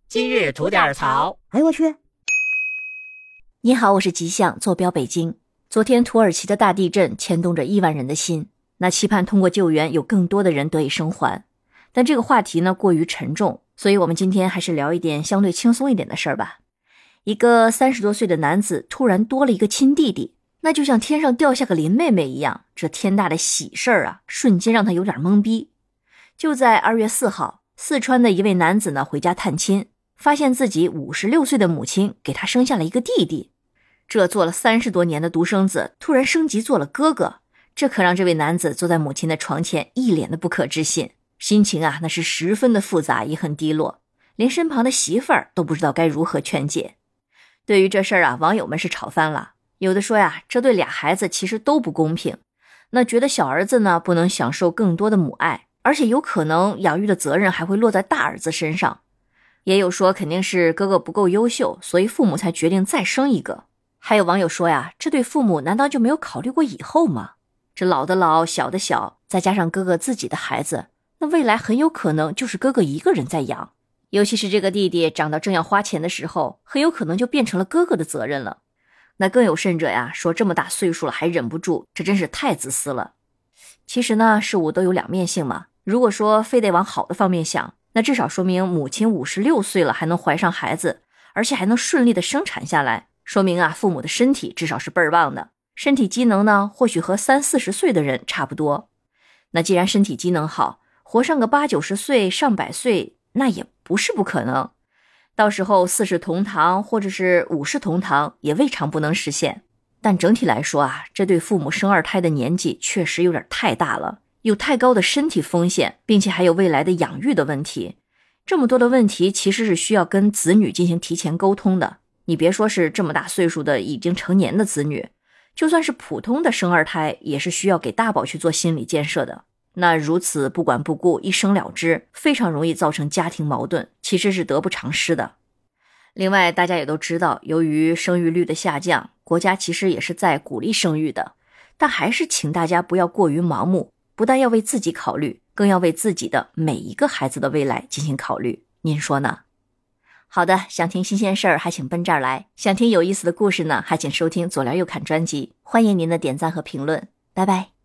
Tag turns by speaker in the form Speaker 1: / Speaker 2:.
Speaker 1: 今日吐点槽。
Speaker 2: 哎呦我去！
Speaker 3: 你好，我是吉祥，坐标北京。昨天土耳其的大地震牵动着亿万人的心，那期盼通过救援有更多的人得以生还。但这个话题呢过于沉重，所以我们今天还是聊一点相对轻松一点的事儿吧。一个30多岁的男子突然多了一个亲弟弟，那就像天上掉下个林妹妹一样，这天大的喜事儿啊，瞬间让他有点懵逼。就在2月4号，四川的一位男子呢回家探亲，发现自己56岁的母亲给他生下了一个弟弟。这做了30多年的独生子突然升级做了哥哥，这可让这位男子坐在母亲的床前一脸的不可置信，心情啊那是十分的复杂，也很低落，连身旁的媳妇儿都不知道该如何劝解。对于这事儿啊，网友们是吵翻了，有的说呀，这对俩孩子其实都不公平，那觉得小儿子呢不能享受更多的母爱，而且有可能养育的责任还会落在大儿子身上。也有说肯定是哥哥不够优秀，所以父母才决定再生一个。还有网友说呀，这对父母难道就没有考虑过以后吗？这老的老，小的小，再加上哥哥自己的孩子，那未来很有可能就是哥哥一个人在养。尤其是这个弟弟长到正要花钱的时候，很有可能就变成了哥哥的责任了。那更有甚者呀，说这么大岁数了还忍不住，这真是太自私了。其实呢，事物都有两面性嘛。如果说非得往好的方面想，那至少说明母亲56岁了还能怀上孩子，而且还能顺利的生产下来，说明啊，父母的身体至少是倍儿棒的，身体机能呢，或许和30-40岁的人差不多。那既然身体机能好，活上个80-90岁、上百岁，那也不是不可能。到时候40同堂或者是50同堂也未尝不能实现。但整体来说啊，这对父母生二胎的年纪确实有点太大了，有太高的身体风险，并且还有未来的养育的问题。这么多的问题其实是需要跟子女进行提前沟通的。你别说是这么大岁数的已经成年的子女，就算是普通的生二胎，也是需要给大宝去做心理建设的。那如此不管不顾，一生了之，非常容易造成家庭矛盾，其实是得不偿失的。另外大家也都知道，由于生育率的下降，国家其实也是在鼓励生育的，但还是请大家不要过于盲目，不但要为自己考虑，更要为自己的每一个孩子的未来进行考虑。您说呢？好的，想听新鲜事儿还请奔这儿来，想听有意思的故事呢，还请收听左聊右侃专辑，欢迎您的点赞和评论，拜拜。